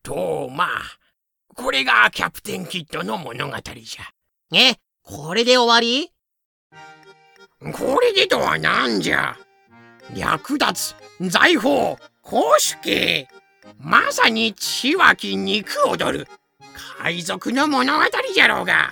これがキャプテンキッドの物語じゃ。 これで終わり？ これでとはなんじゃ。略奪、財宝、公主刑、まさに血湧き肉踊る海賊の物語じゃろうが。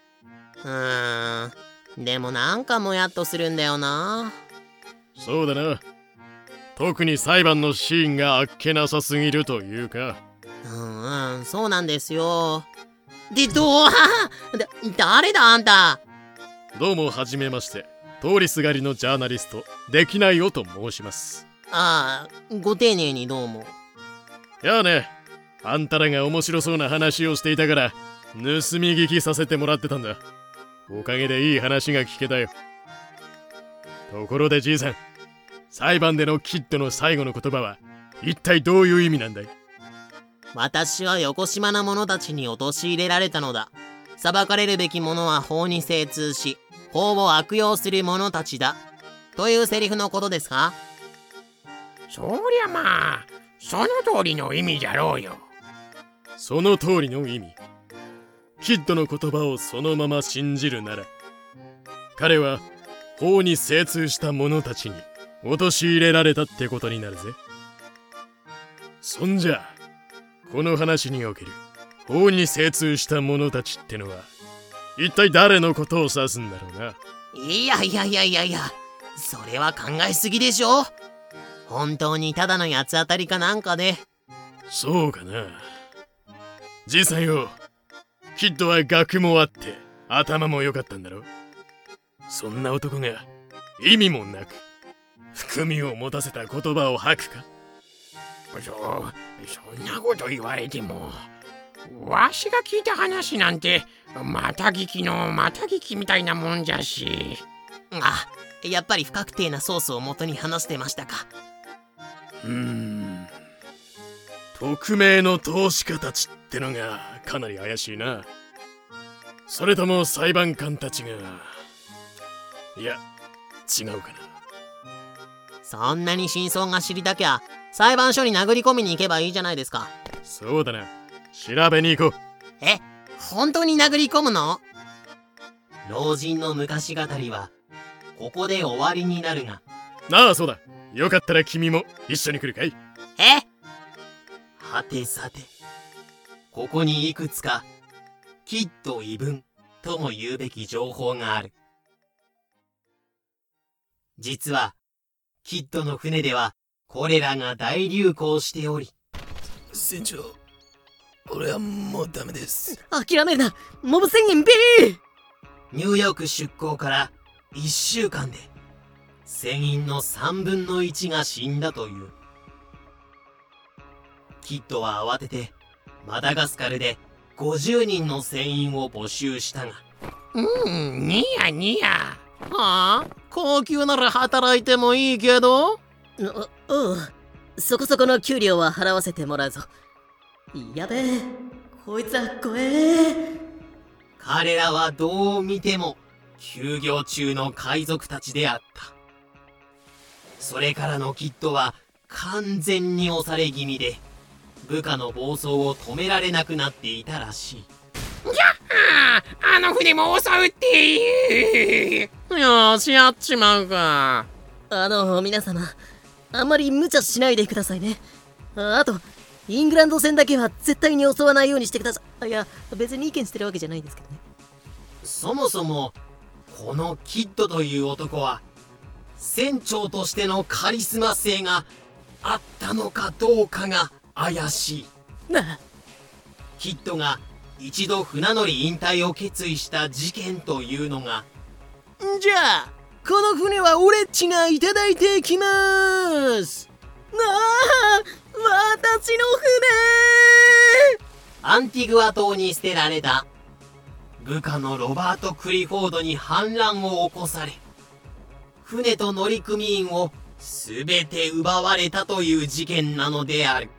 でもなんかもやっとするんだよな。 そうだな。特に裁判のシーンがあっけなさすぎるというか。 そうなんですよ。で、誰だあんた。 どうもはじめまして。通りすがりのジャーナリスト、できないよと申します。 ご丁寧にどうも。 いやね、あんたらが面白そうな話をしていたから盗み聞きさせてもらってたんだ。おかげでいい話が聞けたよ。ところでじいさん、裁判でのキッドの最後の言葉は一体どういう意味なんだい？ 私はよこしまな者たちに陥れられたのだ。裁かれるべき者は法に精通し、法を悪用する者たちだ。というセリフのことですか？ そりゃまあ、その通りの意味じゃろうよ。 その通りの意味。キッドの言葉をそのまま信じるなら、彼は法に精通した者たちに陥れられたってことになるぜ。そんじゃ、この話における法に精通した者たちってのは一体誰のことを指すんだろうな。 いや、それは考えすぎでしょ。本当にただの八つ当たりかなんかで。 そうかな。じいさんよ、キッドは学もあって頭も良かったんだろ。そんな男が意味もなく含みを持たせた言葉を吐くか？ そんなこと言われても、わしが聞いた話なんてまた聞きのまた聞きみたいなもんじゃし。 やっぱり不確定なソースを元に話してましたか。 匿名の投資家たちってのがかなり怪しいな。それとも裁判官たちが、いや違うかな。 そんなに真相が知りたきゃ裁判所に殴り込みに行けばいいじゃないですか。 そうだな、調べに行こう。 本当に殴り込むの？老人の昔語りはここで終わりになるが。 そうだ、よかったら君も一緒に来るかい？ はてさて、ここにいくつかキッド異聞とも言うべき情報がある。実はキッドの船ではコレラが大流行しており。 船長、俺はもうダメです。 諦めるな、モブ宣言ビー。ニューヨーク出港から1週間で船員の3分の1が死んだという。キッドは慌ててマダガスカルで50人の船員を募集したが。 ニヤ。 高級なら働いてもいいけど。 そこそこの給料は払わせてもらうぞ。やべえ、こいつは怖え。 彼らはどう見ても休業中の海賊たちであった。それからのキッドは完全に押され気味で、部下の暴走を止められなくなっていたらしい。 あの船も襲うってよし、やっちまうか。 皆様、あんまり無茶しないでくださいね。あと、イングランド戦だけは絶対に襲わないようにしてください。いや、別に意見してるわけじゃないんですけどね。 そもそもこのキッドという男は船長としてのカリスマ性があったのかどうかが怪しい。キッドが一度船乗り引退を決意した事件というのが。じゃあこの船は俺っちがいただいてきまーす。私の船。アンティグア島に捨てられた部下のロバート・クリフォードに反乱を起こされ、船と乗組員を全て奪われたという事件なのである。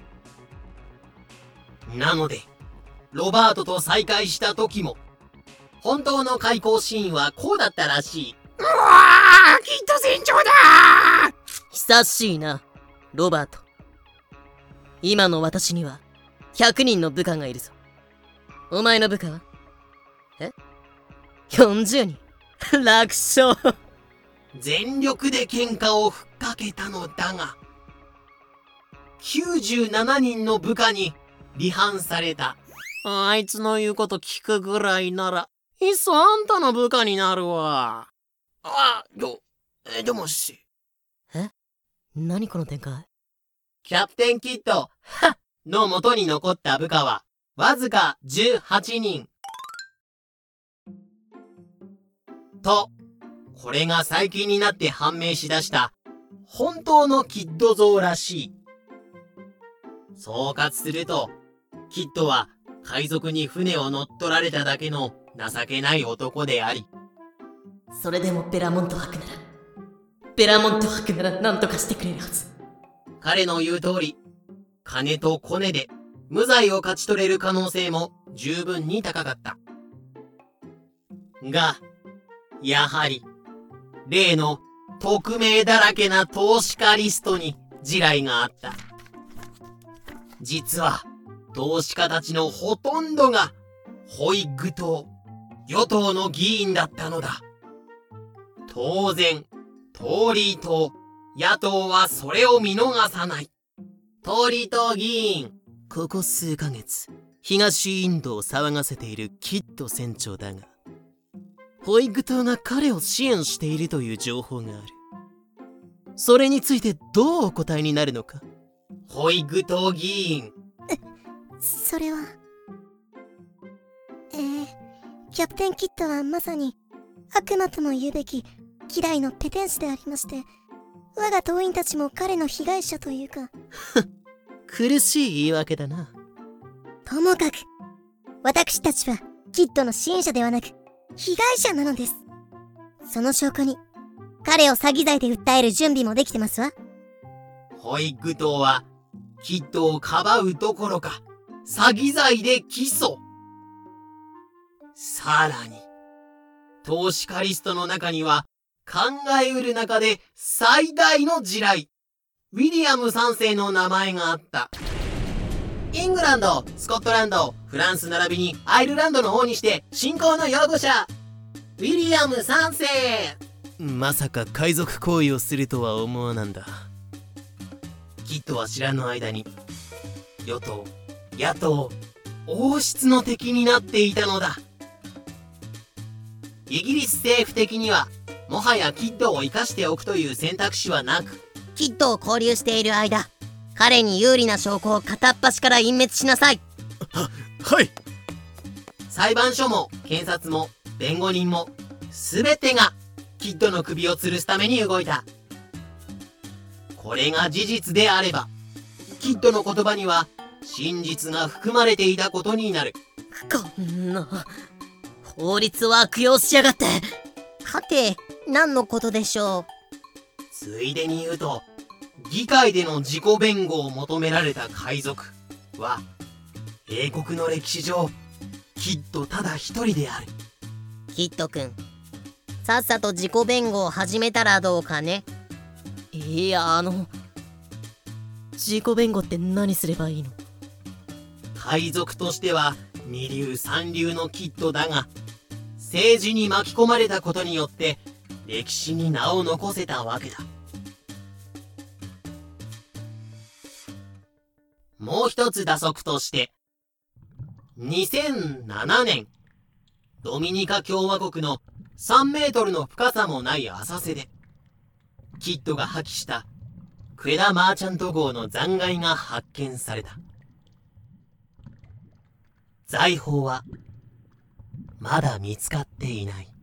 なのでロバートと再会した時も本当の開口シーンはこうだったらしい。 キッド船長だ。 久しいな、ロバート。今の私には 100人の部下がいるぞ。お前の部下は40人。楽勝。 全力で喧嘩をふっかけたのだが、97人の部下に離反された。 あいつの言うこと聞くぐらいなら、いっそあんたの部下になるわ。 でもし。 何この展開。 キャプテンキッドの元に残った部下はわずか18人。と、これが最近になって判明しだした本当のキッド像らしい。総括すると、キッドは海賊に船を乗っ取られただけの情けない男であり、 それでもベラモント伯なら何とかしてくれるはず。 彼の言う通り、金とコネで無罪を勝ち取れる可能性も十分に高かった。が、やはり、例の匿名だらけな投資家リストに地雷があった。実は、投資家たちのほとんどが、ホイッグ党、与党の議員だったのだ。当然、トーリー党、野党はそれを見逃さない。トーリー党議員、ここ数ヶ月、東インドを騒がせているキッド船長だが、ホイッグ党が彼を支援しているという情報がある。それについてどうお答えになるのか？ホイッグ党議員。 それはキャプテンキッドはまさに悪魔とも言うべき嫌いのペテン師でありまして、我が党員たちも彼の被害者というか。 苦しい言い訳だな。 ともかく私たちはキッドの支援者ではなく被害者なのです。その証拠に彼を詐欺罪で訴える準備もできてますわ。 ホイッグ党はキッドをかばうどころか詐欺罪で起訴。さらに投資家リストの中には考えうる中で最大の地雷、ウィリアム3世の名前があった。イングランド、スコットランド、フランス並びにアイルランドの方にして信仰の擁護者、ウィリアム3世。まさか海賊行為をするとは思わなんだ。キッドは知らぬ間に与党、野党、王室の敵になっていたのだ。イギリス政府的にはもはやキッドを生かしておくという選択肢はなく、 キッドを交流している間、彼に有利な証拠を片っ端から隠滅しなさい。 はい。 裁判所も検察も弁護人も全てがキッドの首を吊るすために動いた。これが事実であれば、キッドの言葉には真実が含まれていたことになる。 こんな法律を悪用しやがって。 はて、何のことでしょう。 ついでに言うと、議会での自己弁護を求められた海賊は英国の歴史上キッドただ一人である。 キッド君、さっさと自己弁護を始めたらどうかね。いや、自己弁護って何すればいいの？ 海賊としては二流三流のキッドだが、政治に巻き込まれたことによって歴史に名を残せたわけだ。もう一つ打足として、2007年、ドミニカ共和国の3メートルの深さもない浅瀬で、キッドが破棄したクエダ・マーチャント号の残骸が発見された。財宝はまだ見つかっていない。